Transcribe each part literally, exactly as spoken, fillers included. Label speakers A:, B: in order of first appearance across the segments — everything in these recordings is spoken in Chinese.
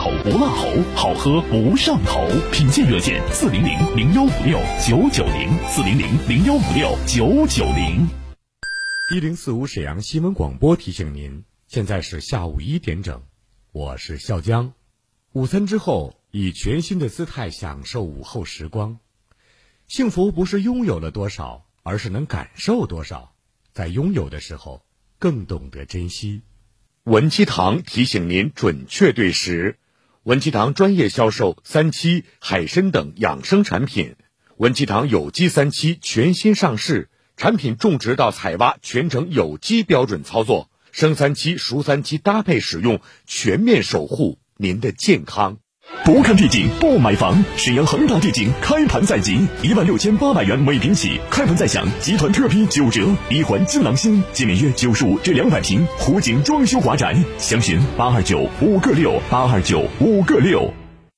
A: 口不辣喉，好喝不上头。品鉴热线：四零零零幺五六九九零，四零零零幺五六九九零。
B: 一零四五沈阳新闻广播提醒您，现在是下午一点整，我是笑江。午餐之后，以全新的姿态享受午后时光。幸福不是拥有了多少，而是能感受多少。在拥有的时候，更懂得珍惜。
C: 文七堂提醒您准确对时。文七堂专业销售三七、海参等养生产品。文七堂有机三七全新上市，产品种植到采挖全程有机标准操作，生三七、熟三七搭配使用，全面守护您的健康。
A: 不看地景不买房，沈阳恒大地景开盘在即，一万六千八百元每平起，开盘在享，集团特批九折，一环金廊星，仅每月九十五至两百平，湖景装修华宅，详询八二九五个六八二九五个六。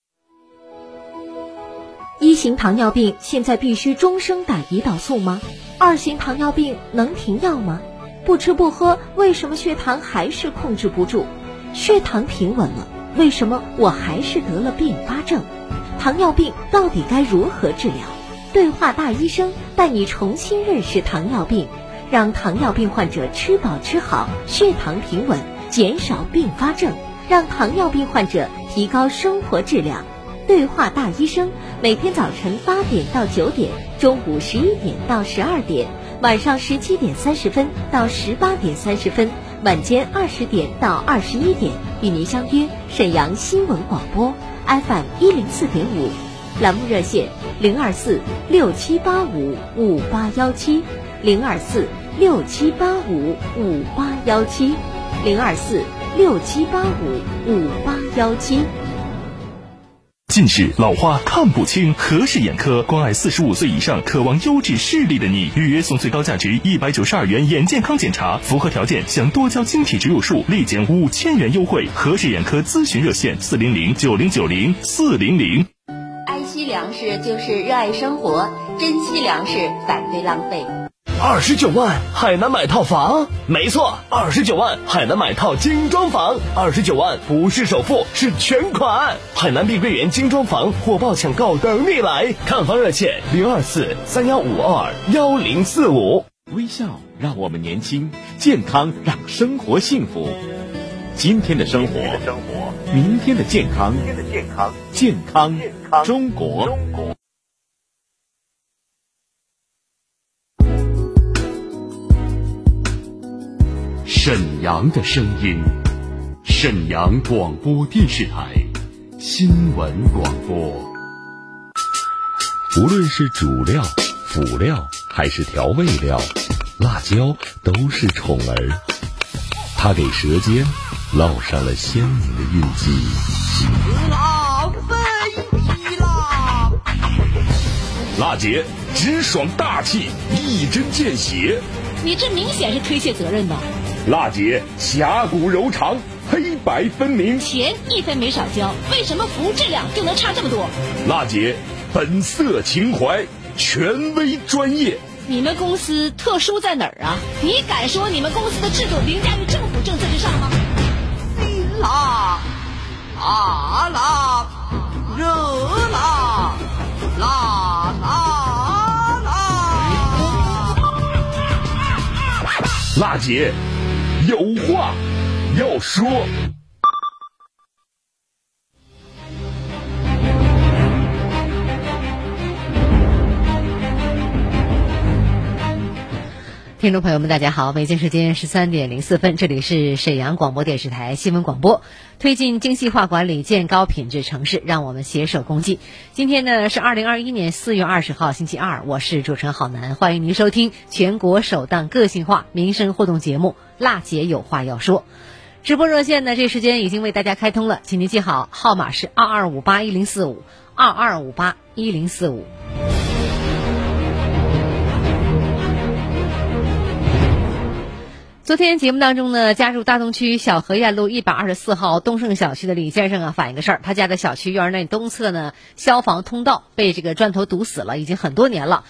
D: 一型糖尿病现在必须终生打胰岛素吗？二型糖尿病能停药吗？不吃不喝，为什么血糖还是控制不住？血糖平稳了，为什么我还是得了并发症？糖尿病到底该如何治疗？对话大医生带你重新认识糖尿病，让糖尿病患者吃饱吃好，血糖平稳，减少并发症，让糖尿病患者提高生活质量。对话大医生每天早晨八点到九点，中午十一点到十二点，晚上十七点三十分到十八点三十分，晚间二十点到二十一点，与您相约沈阳新闻广播 F M 一零四点五，栏目热线零二四六七八五五八幺七，零二四六七八五五八幺七，零二四六七八五五八幺七。
A: 近视、老花看不清，何氏眼科关爱四十五岁以上渴望优质视力的你，预约送最高价值一百九十二元眼健康检查，符合条件享多焦晶体植入术立减五千元优惠。何氏眼科咨询热线：四零零九零九零四零零。
E: 爱惜粮食就是热爱生活，珍惜粮食，反对浪费。
F: 二十九万海南买套房，没错，二十九万海南买套精装房，二十九万不是首付，是全款。海南碧桂园精装房火爆抢购等你来，看房热线零二四三幺五二幺零四五。
C: 微笑让我们年轻，健康让生活幸福。今天的生活，明天的健康，健康中国。
G: 沈阳的声音，沈阳广播电视台新闻广播。无论是主料、辅料还是调味料，辣椒都是宠儿，它给舌尖烙上了鲜明的印记。
H: 辣飞机啦！
A: 辣姐直爽大气，一针见血。
I: 你这明显是推卸责任的。
A: 辣姐侠骨柔肠，黑白分明，
I: 钱一分没少交，为什么服务质量就能差这么多？
A: 辣姐本色情怀，权威专业。
I: 你们公司特殊在哪儿啊？你敢说你们公司的制度凌驾于政府政策之上吗？
H: 辣辣辣，热辣辣辣辣！
A: 辣姐有话要说。
J: 听众朋友们大家好，北京时间十三点零四分，这里是沈阳广播电视台新闻广播，推进精细化管理，建高品质城市，让我们携手共进。今天呢是二零二一年四月二十号星期二，我是主持人郝楠，欢迎您收听全国首档个性化民生互动节目辣姐有话要说。直播热线呢这时间已经为大家开通了，请您记好，号码是二二五八一零四五 二二五八一零四五。昨天节目当中呢，家住大东区小河堰路一百二十四号东盛小区的李先生啊，反映个事儿，他家的小区院内东侧呢，消防通道被这个砖头堵死了，已经很多年了。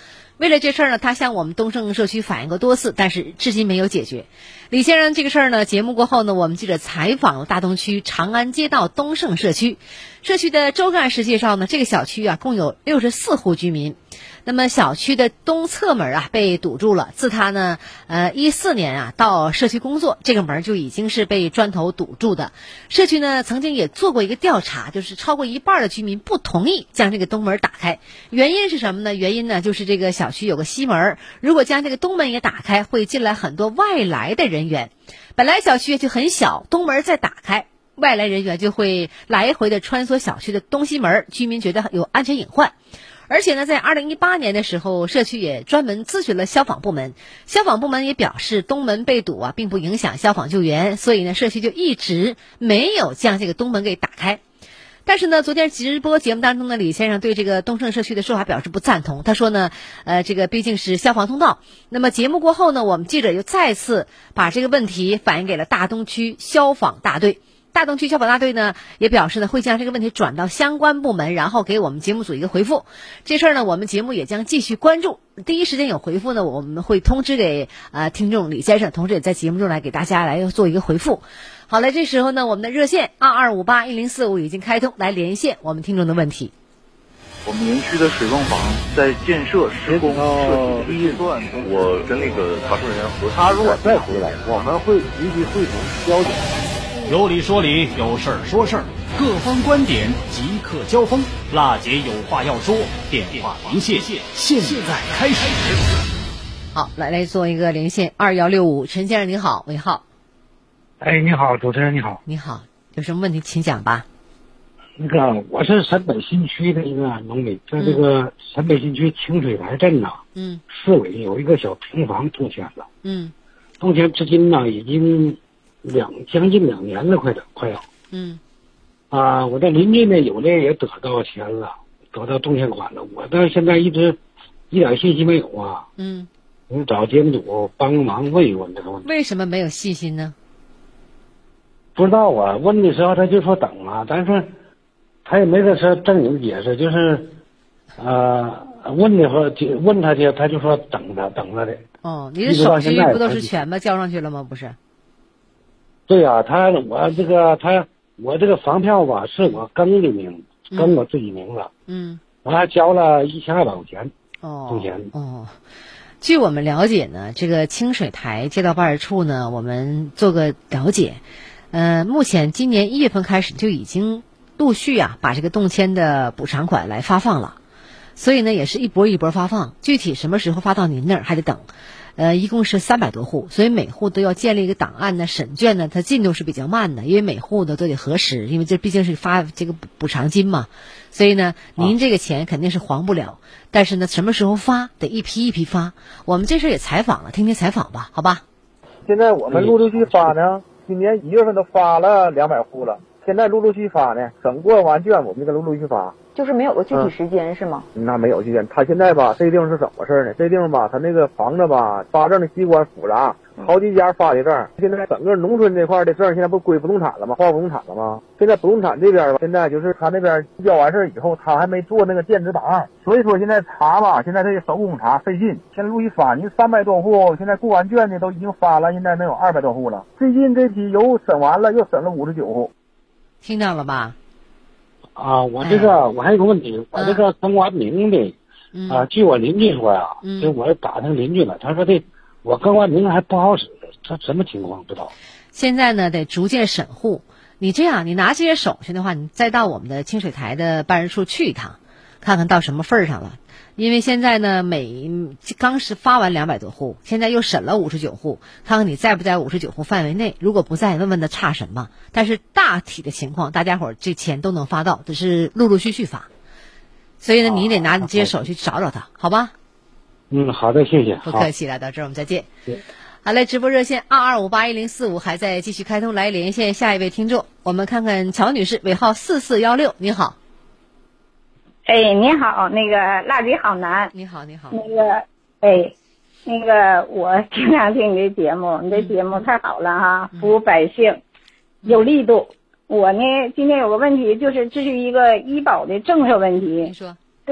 J: 为了这事儿呢，他向我们东胜社区反映过多次，但是至今没有解决。李先生，这个事儿呢，节目过后呢，我们记者采访了大东区长安街道东胜社区，社区的周干事介绍呢，这个小区啊共有六十四户居民。那么小区的东侧门啊被堵住了，自他呢呃一四年啊到社区工作，这个门就已经是被砖头堵住的。社区呢曾经也做过一个调查，就是超过一半的居民不同意将这个东门打开，原因是什么呢？原因呢就是这个小区有个西门，如果将这个东门也打开，会进来很多外来的人员。本来小区就很小，东门再打开，外来人员就会来回的穿梭小区的东西门，居民觉得有安全隐患。而且呢，在二零一八年的时候，社区也专门咨询了消防部门，消防部门也表示东门被堵啊，并不影响消防救援，所以呢，社区就一直没有将这个东门给打开。但是呢，昨天直播节目当中呢，李先生对这个东胜社区的说法表示不赞同。他说呢，呃，这个毕竟是消防通道。那么节目过后呢，我们记者又再次把这个问题反映给了大东区消防大队。大东区消防大队呢也表示呢会将这个问题转到相关部门，然后给我们节目组一个回复。这事儿呢我们节目也将继续关注，第一时间有回复呢我们会通知给呃听众李先生，同时也在节目中来给大家来做一个回复。好了，这时候呢我们的热线二二五八一零四五已经开通，来连线我们听众的问题。
K: 我们园区的水泵房在建设施工设计阶段，我跟那个查收人员核
L: 他如果再回来，我们会立即汇总交警。
M: 有理说理，有事儿说事儿，各方观点即刻交锋。辣姐有话要说，电话连线现在开始。
J: 好，来来做一个连线二幺六五，陈先生您好，尾号。
N: 哎，你好，主持人你好。
J: 你好，有什么问题请讲吧。
N: 那个我是陕北新区的一个农民，在这个陕北新区清水台镇呐，
J: 嗯，
N: 市委有一个小平房动迁了，
J: 嗯，
N: 动迁至今呢已经两将近两年了，快点快要，
J: 嗯，
N: 啊，我的邻居呢有的也得到钱了，得到动迁款了，我到现在一直一点信息没有啊，
J: 嗯，
N: 我找节目组帮个忙问一问这个问题。
J: 为什么没有信心呢？
N: 不知道啊，问的时候他就说等啊，但是他也没个说正经解释，就是呃问的话问他去，他就说等着等着的。
J: 哦，你的手续不都是全部交上去了吗？不是。
N: 对呀、啊，他我这个他我这个房票吧是我更的名，更我自己名了。
J: 嗯。
N: 我还交了一千二百块钱。
J: 哦。
N: 挣钱。
J: 哦。据我们了解呢，这个清水台街道办事处呢，我们做个了解，呃，目前今年一月份开始就已经陆续啊把这个动迁的补偿款来发放了，所以呢也是一波一波发放，具体什么时候发到您那儿还得等。呃，一共是三百多户，所以每户都要建立一个档案呢，审卷呢，它进度是比较慢的，因为每户呢都得核实，因为这毕竟是发这个补偿金嘛，所以呢，您这个钱肯定是还不了，但是呢，什么时候发得一批一批发。我们这事也采访了，听听采访吧，好吧？
O: 现在我们陆陆续发呢，今年一月份都发了两百户了，现在陆陆续发呢，整过完卷我们就陆陆续发。
P: 就是没有个具体时间、嗯、是吗？
O: 那没有时间，他现在吧，这地方是怎么回事呢？这地方吧，他那个房子吧，发证的机关复杂，好几家发的证。现在整个农村这块的证，现在不归不动产了吗？划不动产了吗？现在不动产这边吧，现在就是他那边交完事以后，他还没做那个电子档案，所以说现在查吧，现在这个手工查费劲。现在陆续发，您三百多户，现在过完卷的都已经发了，现在能有二百多户了。最近这批又审完了，又审了五十九户。
J: 听到了吧？
N: 啊，我这个、哎、我还有个问题，我这个更完名的，嗯、啊，据我邻居说呀、啊，嗯，就我打听邻居了，他说这我更完名还不好使，他什么情况不知道。
J: 现在呢，得逐渐审户。你这样，你拿这些手续的话，你再到我们的清水台的办事处去一趟，看看到什么份上了。因为现在呢，每刚是发完两百多户，现在又审了五十九户，看看你在不在五十九户范围内。如果不在，问问他差什么。但是大体的情况，大家伙儿这钱都能发到，只是陆陆续续发。所以呢，你得拿你这些手续找找他，好吧？
N: 嗯，好的，谢谢。
J: 不客气了，到这儿我们再见。好嘞，直播热线二二五八一零四五还在继续开通，来连线下一位听众。我们看看乔女士，尾号四四幺六，你好。
Q: 哎，你好，那个蜡笔好男。
J: 你好，你好。
Q: 那个，哎，那个我经常听你的节目，你的节目太好了哈，服务百姓，有力度。我呢，今天有个问题，就是这是一个医保的政策问题。
J: 你说。
Q: 就是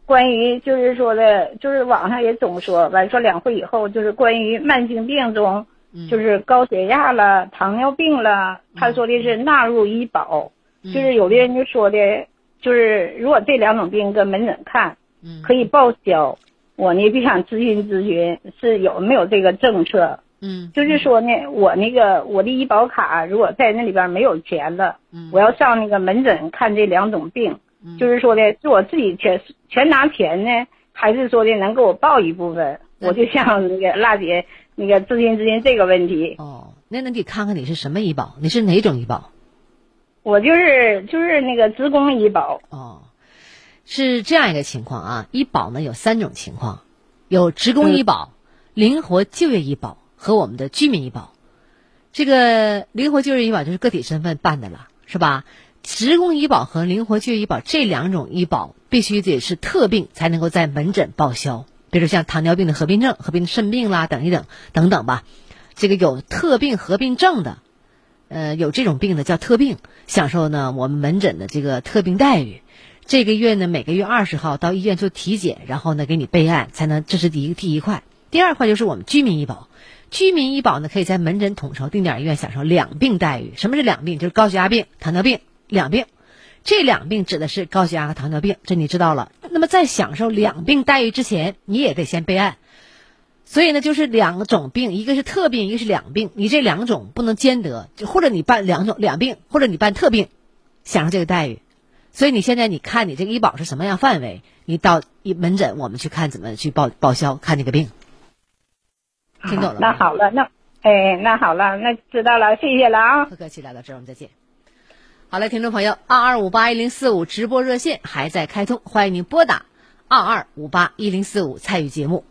Q: 关于就是说的，就是网上也总说，完说两会以后就是关于慢性病中，就是高血压了、糖尿病了，他说的是纳入医保，就是有的人就说的，就是如果这两种病跟门诊看，可以报销。我呢就想咨询咨询，是有没有这个政策？
J: 嗯，
Q: 就是说呢，我那个我的医保卡如果在那里边没有钱了，嗯，我要上那个门诊看这两种病，嗯，就是说的是我自己全全拿钱呢，还是说的能给我报一部分？嗯，我就向那个辣姐那个咨询咨询这个问题。
J: 哦，那那你看看你是什么医保？你是哪种医保？
Q: 我就是就是那个职工医保。
J: 哦，是这样一个情况啊，医保呢有三种情况，有职工医保、嗯、灵活就业医保和我们的居民医保。这个灵活就业医保就是个体身份办的了，是吧？职工医保和灵活就业医保这两种医保必须得是特病才能够在门诊报销，比如像糖尿病的合并症、合并肾病啦等一等等等吧。这个有特病合并症的，呃，有这种病的叫特病，享受呢我们门诊的这个特病待遇。这个月呢每个月二十号到医院做体检，然后呢给你备案，才能，这是第一第一块。第二块就是我们居民医保。居民医保呢可以在门诊统筹定点医院享受两病待遇。什么是两病？就是高血压病、糖尿病两病。这两病指的是高血压和糖尿病，这你知道了。那么在享受两病待遇之前，你也得先备案。所以呢就是两种病，一个是特病，一个是两病，你这两种不能兼得，就或者你办两种两病，或者你办特病，享受这个待遇。所以你现在你看你这个医保是什么样范围，你到一门诊我们去看怎么去报报销看这个病。听懂了吗？
Q: 那好了，那哎，那好了，那知道了，谢谢了啊！
J: 不客气，聊到这儿我们再见。好了，听众朋友，二二五八一零四五直播热线还在开通，欢迎您拨打二二五八一零四五参与节目。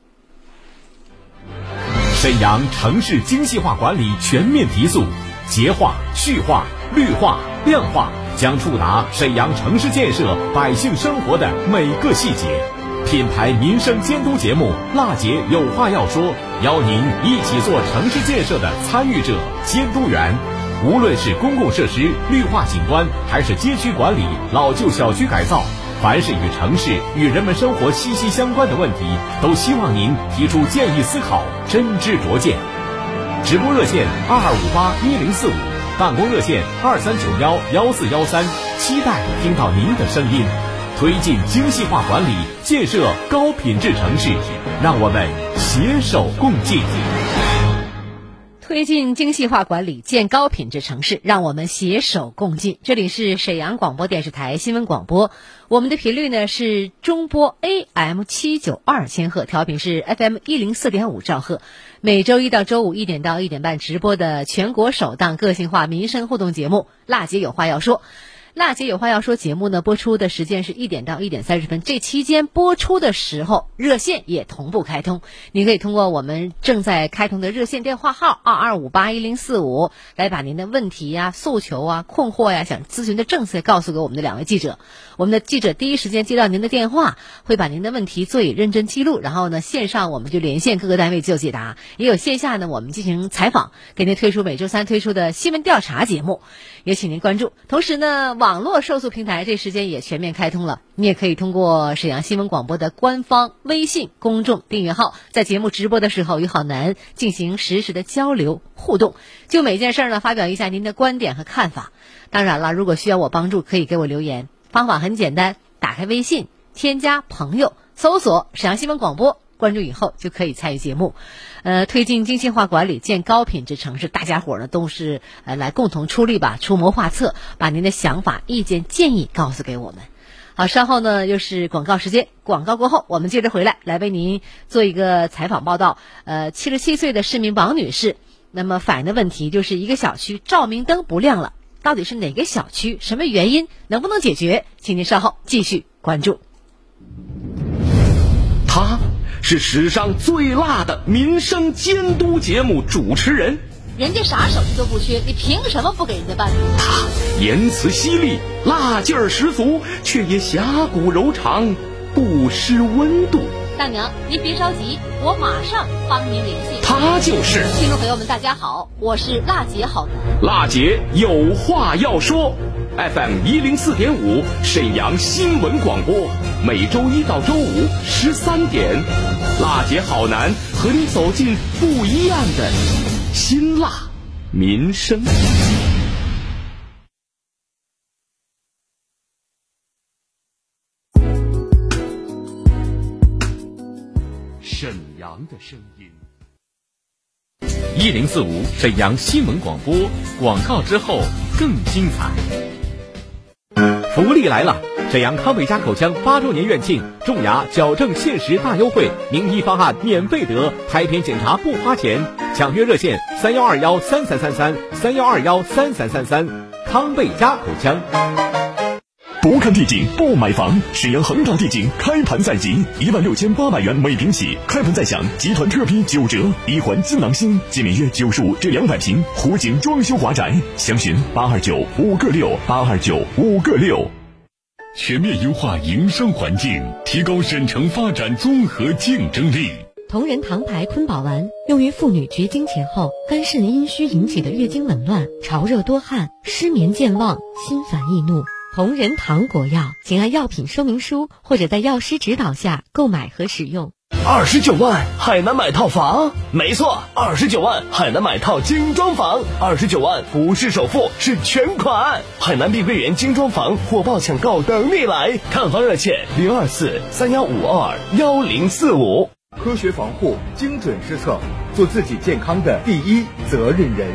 B: 沈阳城市精细化管理全面提速，洁化、序化、绿化、量化，将触达沈阳城市建设百姓生活的每个细节。品牌民生监督节目《辣姐有话要说》，邀您一起做城市建设的参与者、监督员。无论是公共设施绿化景观，还是街区管理、老旧小区改造，凡是与城市与人们生活息息相关的问题，都希望您提出建议思考，真知灼见。直播热线二二五八一零四五，办公热线二三九幺幺四幺三，期待听到您的声音。推进精细化管理，建设高品质城市，让我们携手共进。
J: 推进精细化管理，建高品质城市，让我们携手共进。这里是沈阳广播电视台新闻广播，我们的频率呢是中波 A M 七九二千赫，调频是 F M 一零四点五兆赫。每周一到周五一点到一点半直播的全国首档个性化民生互动节目《辣姐有话要说》。辣姐有话要说节目呢，播出的时间是一点到一点三十分。这期间播出的时候，热线也同步开通，你可以通过我们正在开通的热线电话号二二五八一零四五来把您的问题呀、诉求啊、困惑呀、想咨询的政策告诉给我们的两位记者。我们的记者第一时间接到您的电话，会把您的问题做以认真记录，然后呢，线上我们就连线各个单位就解答，也有线下呢我们进行采访，给您推出每周三推出的新闻调查节目，也请您关注。同时呢，网络受诉平台这时间也全面开通了，你也可以通过沈阳新闻广播的官方微信公众订阅号，在节目直播的时候与郝楠进行实时的交流互动，就每件事呢发表一下您的观点和看法。当然了，如果需要我帮助，可以给我留言，方法很简单，打开微信，添加朋友，搜索沈阳新闻广播，关注以后就可以参与节目。呃，推进精细化管理，建高品质城市，大家伙呢都是呃来共同出力吧，出谋划策，把您的想法、意见、建议告诉给我们。好，稍后呢又是广告时间，广告过后我们接着回来，来为您做一个采访报道。呃，七十七岁的市民王女士，那么反映的问题就是一个小区照明灯不亮了，到底是哪个小区？什么原因？能不能解决？请您稍后继续关注。
F: 他是史上最辣的民生监督节目主持人，
I: 人家啥手续都不缺，你凭什么不给人家办？
F: 他言辞犀利，辣劲儿十足，却也侠骨柔肠，不失温度。
I: 大娘，您别着急，我马上帮您联系。
F: 他就是
I: 听众朋友们，大家好，我是辣姐郝楠。
F: 辣姐有话要说。
R: F M 一零四点五沈阳新闻广播，每周一到周五十三点，辣姐好男和你走进不一样的辛辣民生。
C: 沈阳的声音，一零四五沈阳新闻广播，广告之后更精彩。福利来了！沈阳康贝佳口腔八周年院庆，种牙矫正限时大优惠，名医方案免费得，拍片检查不花钱。抢约热线三幺二幺三三三三三幺二幺三三三三。康贝佳口腔。
A: 不看地景不买房，沈阳恒大地景开盘在即，一万六千八百元每平起，开盘在享，集团特批九折，一环金囊新，即免约九十五至两百平，湖景装修华宅，详询八二九五个六八二九五个六。
S: 全面优化营商环境，提高沈城发展综合竞争力。
T: 同仁堂牌坤宝丸用于妇女绝经前后肝肾阴虚引起的月经紊乱、潮热多汗、失眠健忘、心烦易怒。同仁堂果药，请按药品说明书或者在药师指导下购买和使用。
F: 二十九万海南买套房，没错，二十九万海南买套精装房，二十九万不是首付是全款。海南碧桂园精装房火爆抢购等你来，看房热线零二四三幺五二幺零四五。
U: 科学防护，精准施策，做自己健康的第一责任人。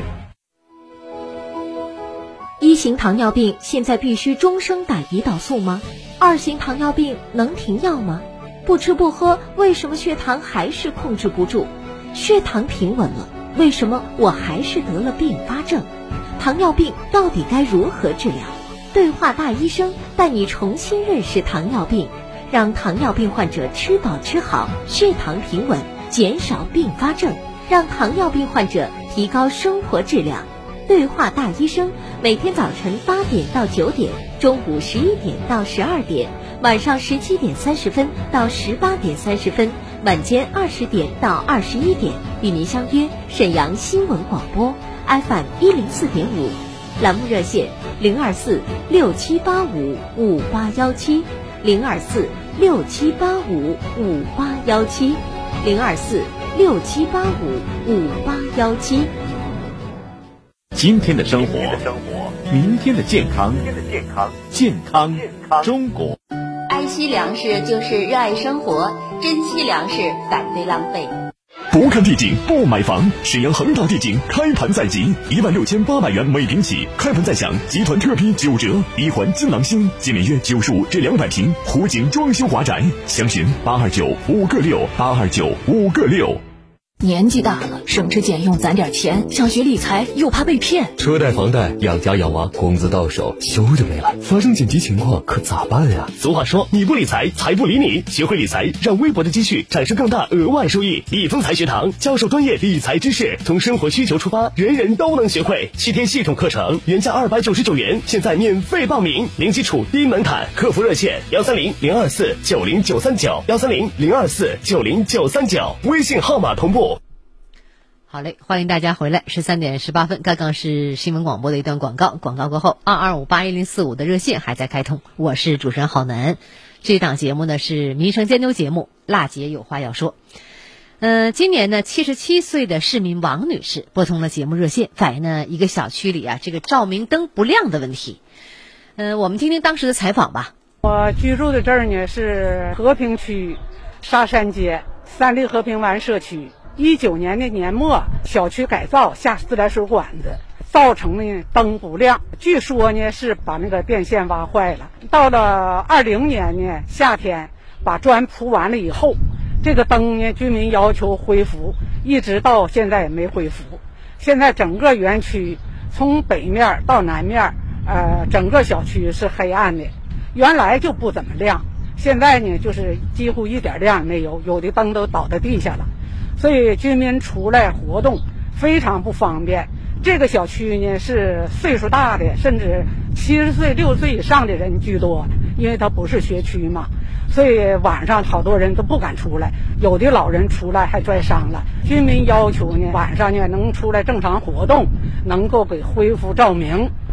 D: 一型糖尿病现在必须终生打胰岛素吗？二型糖尿病能停药吗？不吃不喝，为什么血糖还是控制不住？血糖平稳了，为什么我还是得了并发症？糖尿病到底该如何治疗？对话大医生带你重新认识糖尿病，让糖尿病患者吃饱吃好，血糖平稳，减少并发症，让糖尿病患者提高生活质量。对话大医生，每天早晨八点到九点，中午十一点到十二点，晚上十七点三十分到十八点三十分，晚间二十点到二十一点，与您相约沈阳新闻广播 F M 一零四点五，栏目热线零二四六七八五五八幺七零二四六七八五五八幺七零二四六七八五五八幺七。
C: 今天的生活，明天的健康，健康中国。
E: 爱惜粮食就是热爱生活，珍惜粮食，反对浪费。
A: 不看地景不买房，沈阳恒大地景开盘在即，一万六千八百元每平起，开盘在享，集团特批九折，一环金囊新，即免约九十五至两百平，湖景装修华宅，详询八二九五个六八二九五个六。
V: 年纪大了，省吃俭用攒点钱，想学理财又怕被骗，
W: 车贷房贷养家养娃，工资到手咻就没了，发生紧急情况可咋办呀？
F: 俗话说，你不理财，财不理你。学会理财，让微薄的积蓄产生更大额外收益。易丰财学堂教授专业理财知识，从生活需求出发，人人都能学会。七天系统课程原价二百九十九元，现在免费报名，零基础低门槛。客服热线幺三零零二四九零九三九幺三零零二四九零九三九，微信号码同步。
J: 好嘞，欢迎大家回来，十三点十八分，刚刚是新闻广播的一段广告，广告过后，二二五八一零四五的热线还在开通，我是主持人郝楠。这档节目呢是民生监督节目，辣姐有话要说。呃，今年呢，七十七岁的市民王女士拨通了节目热线，反映呢一个小区里啊这个照明灯不亮的问题。呃，我们听听当时的采访吧。
X: 我居住的这儿呢是和平区沙山街三立和平湾社区。一九年的年末，小区改造下自来水管子，造成呢灯不亮。据说呢是把那个电线挖坏了。到了二零年呢夏天，把砖铺完了以后，这个灯呢居民要求恢复，一直到现在也没恢复。现在整个园区从北面到南面，呃，整个小区是黑暗的，原来就不怎么亮，现在呢就是几乎一点亮没有，有的灯都倒在地下了。所以居民出来活动非常不方便。这个小区呢是岁数大的，甚至七十岁六十岁以上的人居多，因为它不是学区嘛，所以晚上好多人都不敢出来，有的老人出来还摔伤了。居民要求呢晚上呢能出来正常活动，能够给恢复照明。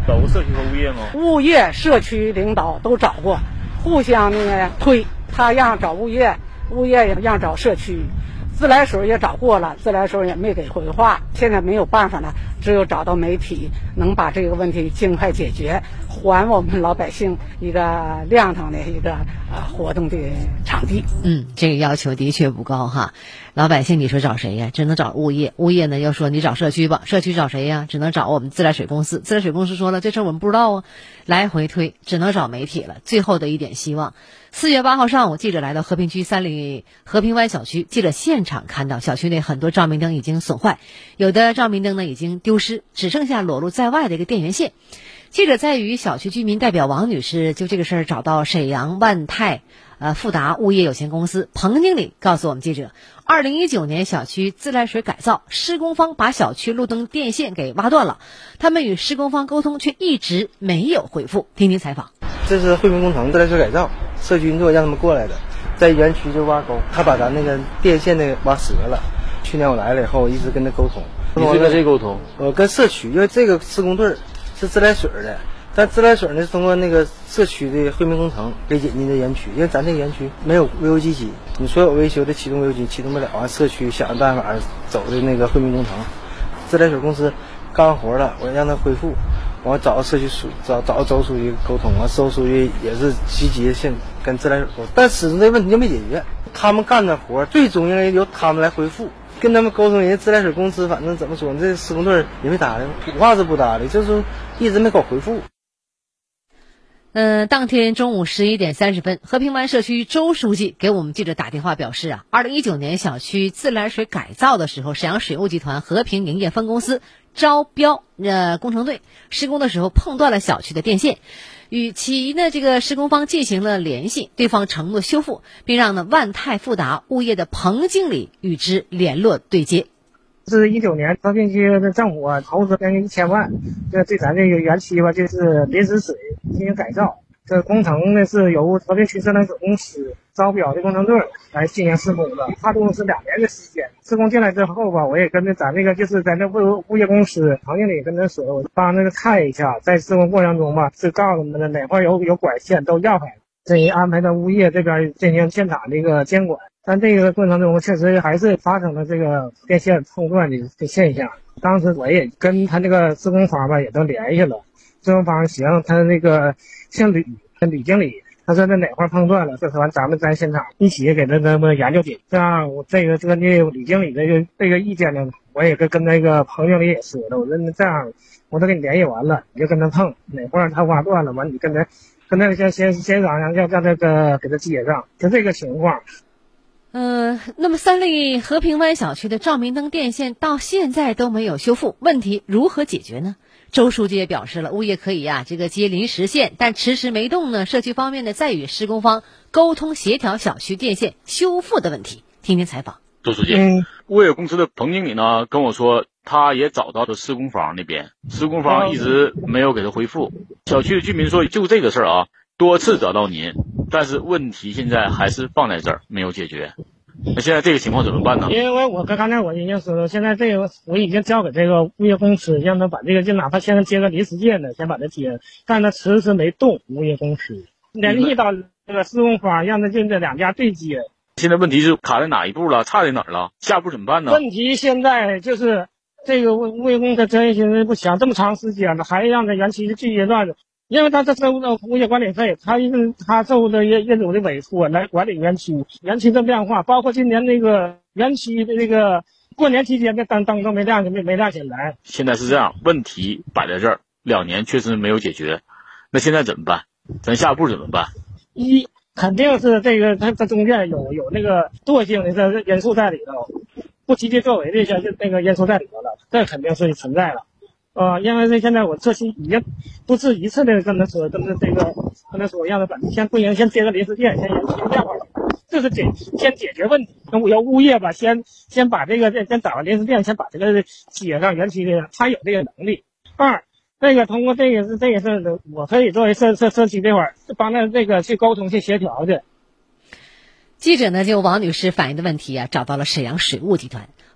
G: 找过社区和物业吗？
X: 物业、社区领导都找过，互相那个推，他让找物业，物业也让找社区。自来水也找过了，自来水也没给回话，现在没有办法了，只有找到媒体能把这个问题尽快解决，还我们老百姓一个亮堂的一个呃活动的场地。
J: 嗯，这个要求的确不高哈。老百姓你说找谁呀？只能找物业，物业呢又说你找社区吧，社区找谁呀？只能找我们自来水公司，自来水公司说了这事儿我们不知道啊，来回推，只能找媒体了。最后的一点希望。四月八号上午，记者来到和平区三里和平湾小区，记者现场看到小区内很多照明灯已经损坏，有的照明灯呢已经丢失，只剩下裸露在外的一个电源线。记者在与小区居民代表王女士就这个事儿找到沈阳万泰呃富达物业有限公司彭经理，告诉我们记者，二零一九年小区自来水改造，施工方把小区路灯电线给挖断了，他们与施工方沟通却一直没有回复。听听采访。
H: 这是惠民工程自来水改造，社区运作让他们过来的，在园区就挖沟，他把咱那个电线那个挖折了。去年我来了以后，我一直跟他沟通。
G: 你是跟谁沟通？
H: 我跟社区，因为这个施工队是自来水的，但自来水呢是通过那个社区的惠民工程给引进的园区，因为咱这个园区没有维修机器，你所有维修的启动维修机启动不了啊，社区想办法走的那个惠民工程，自来水公司干完活了，我让他恢复。我找社区书找找周书记沟通啊，周书记也是积极性跟自来水沟通，但始终这问题就没解决。他们干的活最终应该由他们来回复，跟他们沟通，人家自来水公司反正怎么说，这施工队也没搭理，土话是不搭理，就是一直没给我回复。
J: 嗯、呃，当天中午十一点三十分，和平湾社区周书记给我们记者打电话表示啊，二零一九年小区自来水改造的时候，沈阳水务集团和平营业分公司招标呃工程队施工的时候碰断了小区的电线，与其呢这个施工方进行了联系，对方承诺修复，并让呢万泰富达物业的彭经理与之联络对接。
K: 是一九年和平区的政府啊投资将近一千万，这对咱这个园区吧就是临时水进行改造。这工程呢是由和平区自来水公司招标的工程队来进行施工的，差不多是两年的时间。施工进来之后吧，我也跟着咱那个就是咱那物物业公司彭经理跟他说，我帮那个看一下，在施工过程中吧，是告诉他们的哪块有有管线都要开，这一安排到物业这边进行现场的一个监管。但这个过程中确实还是发生了这个电线碰断的的现象。当时我也跟他那个施工方吧也都联系了，施工方行，他那个姓吕，吕经理，他说那哪块碰断了，这完咱们在现场一起给他那么研究去。这样我这个这个吕经理这个这个意见呢，我也跟跟那个彭经理也说了，我说那这样我都给你联系完了，你就跟他碰哪块他挖断了，完你跟他跟他先先先商量，要让这个给他接上，就这个情况。
J: 呃，那么三里和平湾小区的照明灯电线到现在都没有修复，问题如何解决呢？周书记也表示了，物业可以啊这个接临时线，但迟迟没动呢，社区方面呢再与施工方沟通协调小区电线修复的问题。听听采访。
G: 周书记，嗯、物业公司的彭经理呢跟我说，他也找到了施工方那边，施工方一直没有给他回复。小区的居民说，就这个事儿啊，多次找到您，但是问题现在还是放在这儿没有解决。那现在这个情况怎么办呢？
K: 因为我刚才我已经说了，现在这个我已经交给这个物业公司，让他把这个就哪怕现在接个临时线的，先把它接，但他迟迟没动。物业公司联系到这个施工方，让他就这两家对接。
G: 现在问题是卡在哪一步了？差在哪儿了？下步怎么办呢？
K: 问题现在就是这个物物业公司专业性不强，这么长时间了，还让这园区继续乱着。因为他这收的物业管理费，他他受的业业主的委托来管理园区，园区的变化，包括今年那个园区的这个过年期间的灯灯都没亮，没没亮起来。
G: 现在是这样，问题摆在这儿，两年确实没有解决，那现在怎么办？咱下步怎么办？
K: 一肯定是这个它它中间有有那个惰性的这因素在里头，不积极作为的这那个因素在里头了，这肯定是存在了。呃，因为这现在我这期已经不止一次的跟他说，跟他这个跟他说，让他把先不行，先接个临时电，先先电话，这是解先解决问题。那我要物业吧，先先把这个先找个临时电，先把这个接上园区的，他有这个能力。二，这个通过这个是这个是我可以作为社社社区这块儿帮他这个去沟通去协调的。
J: 记者呢就王女士反映的问题啊，找到了沈阳水务集团。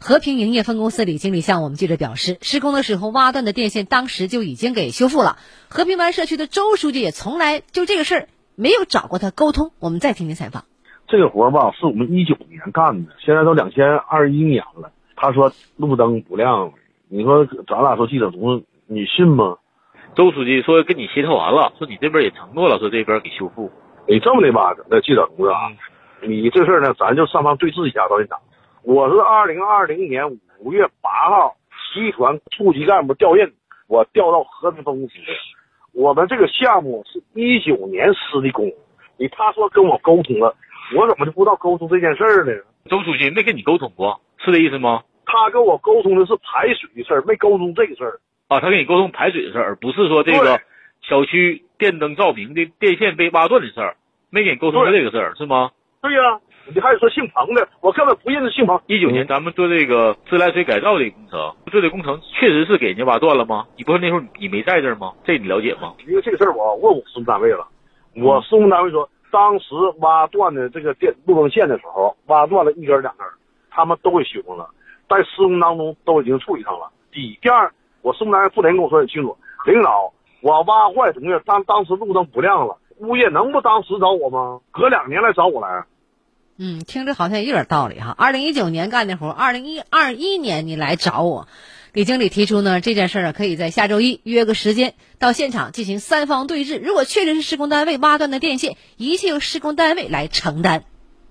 J: 和平营业分公司李经理向我们记者表示，施工的时候挖断的电线当时就已经给修复了。和平湾社区的周书记也从来就这个事儿没有找过他沟通。我们再听听采访。
L: 这个活吧是我们一九年干的，现在都两千二十一年了。他说路灯不亮，你说咱俩说记者同志，你信吗？
G: 周书记说跟你协调完了，说你这边也承诺了，说这边给修复。
L: 你这么的吧，那记者同志啊，你这事儿呢，咱就上方对峙一下，赵院长。我是二零二零年五月八号集团处级干部调任，我调到和平分公司的。我们这个项目是一九年施的工，你他说跟我沟通了，我怎么就不知道沟通这件事儿呢？
G: 周书记没跟你沟通过，是这意思吗？
L: 他跟我沟通的是排水的事儿，没沟通这个事儿。
G: 啊，他跟你沟通排水的事儿，而不是说这个小区电灯照明的电线被挖断的事儿，没给你沟通这个事儿，是吗？
L: 对呀、啊。你还说姓彭的，我根本不认识姓彭。
G: 一九年咱们做这个自来水改造的工程，做这工程确实是给人家挖断了吗？你不是那时候你没在这儿吗？这你了解吗？
L: 因为这个事儿我问我施工单位了，我施工单位说，当时挖断的这个电路灯线的时候，挖断了一根两根，他们都给修上了，在施工当中都已经处理上了。第一，第二，我施工单位负责人跟我说很清楚，领导，我挖坏东西，当当时路灯不亮了，物业能不当时找我吗？隔两年来找我来。
J: 嗯，听着好像有点道理哈。二零一九年干的活，二零一二一年你来找我。李经理提出呢，这件事儿啊，可以在下周一约个时间到现场进行三方对峙。如果确实是施工单位挖断的电线，一切由施工单位来承担。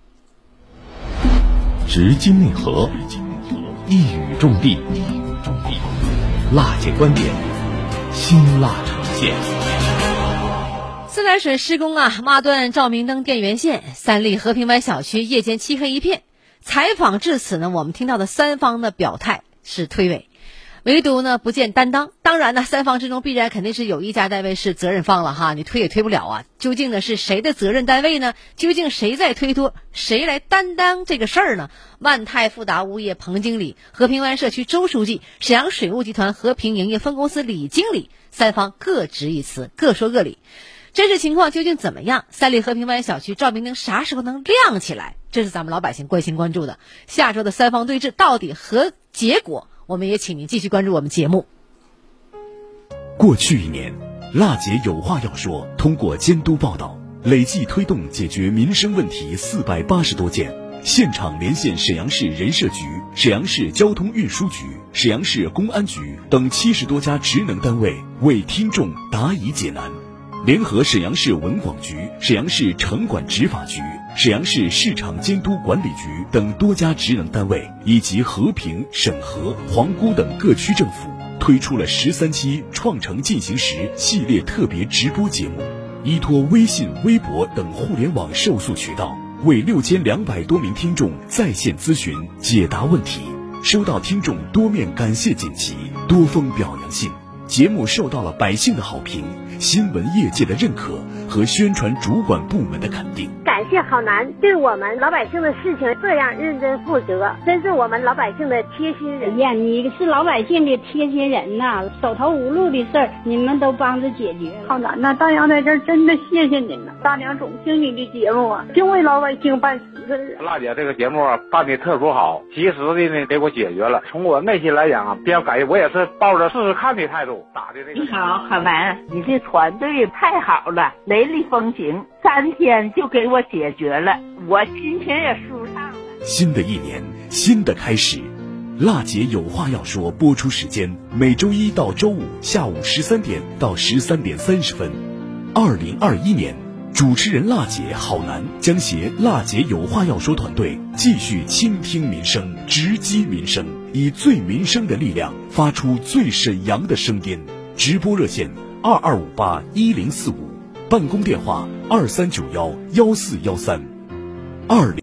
A: 直击内核，一语中的，辣姐观点，辛辣呈现。
J: 自来水施工啊，挖断照明灯电源线，三立和平湾小区夜间漆黑一片。采访至此呢，我们听到的三方的表态是推诿，唯独呢不见担当。当然呢，三方之中必然肯定是有一家单位是责任方了哈，你推也推不了啊。究竟呢是谁的责任单位呢？究竟谁在推脱？谁来担当这个事儿呢？万泰富达物业彭经理、和平湾社区周书记、沈阳水务集团和平营业分公司李经理，三方各执一词，各说各理。真实情况究竟怎么样？三立和平湾小区照明灯啥时候能亮起来？这是咱们老百姓关心关注的。下周的三方对峙到底和结果，我们也请您继续关注我们节目。
A: 过去一年，辣姐有话要说通过监督报道，累计推动解决民生问题四百八十多件，现场连线沈阳市人社局、沈阳市交通运输局、沈阳市公安局等七十多家职能单位，为听众答疑解难。联合沈阳市文广局、沈阳市城管执法局、沈阳市市场监督管理局等多家职能单位，以及和平、沈河、皇姑等各区政府，推出了十三期创城进行时系列特别直播节目，依托微信、微博等互联网受诉渠道，为六千两百多名听众在线咨询解答问题，收到听众多面感谢锦旗、多封表扬信。节目受到了百姓的好评、新闻业界的认可和宣传主管部门的肯定。
M: 感谢郝楠对我们老百姓的事情这样认真负责，真是我们老百姓的贴心人。
O: 哎呀，你是老百姓的贴心人呐、啊，手头无路的事儿你们都帮着解决。
M: 郝楠呐，大洋在这儿真的谢谢您了。大梁总听你的节目啊，就为老百姓办实事啊。
P: 辣姐这个节目啊办的特殊好，及时的呢给我解决了。从我内心来讲啊，比较感谢，我也是抱着试试看的态度打的这个。
Y: 你好，郝楠，你这团队太好了，雷厉风行，三天就给我解决了，我心情也舒畅了。
A: 新的一年，新的开始，辣姐有话要说播出时间每周一到周五下午十三点到十三点三十分。二零二一年，主持人辣姐郝楠将携辣姐有话要说团队继续倾听民生，直击民生，以最民生的力量发出最沈阳的声音。直播热线二二五八一零四五，办公电话二三九幺幺四幺三。二零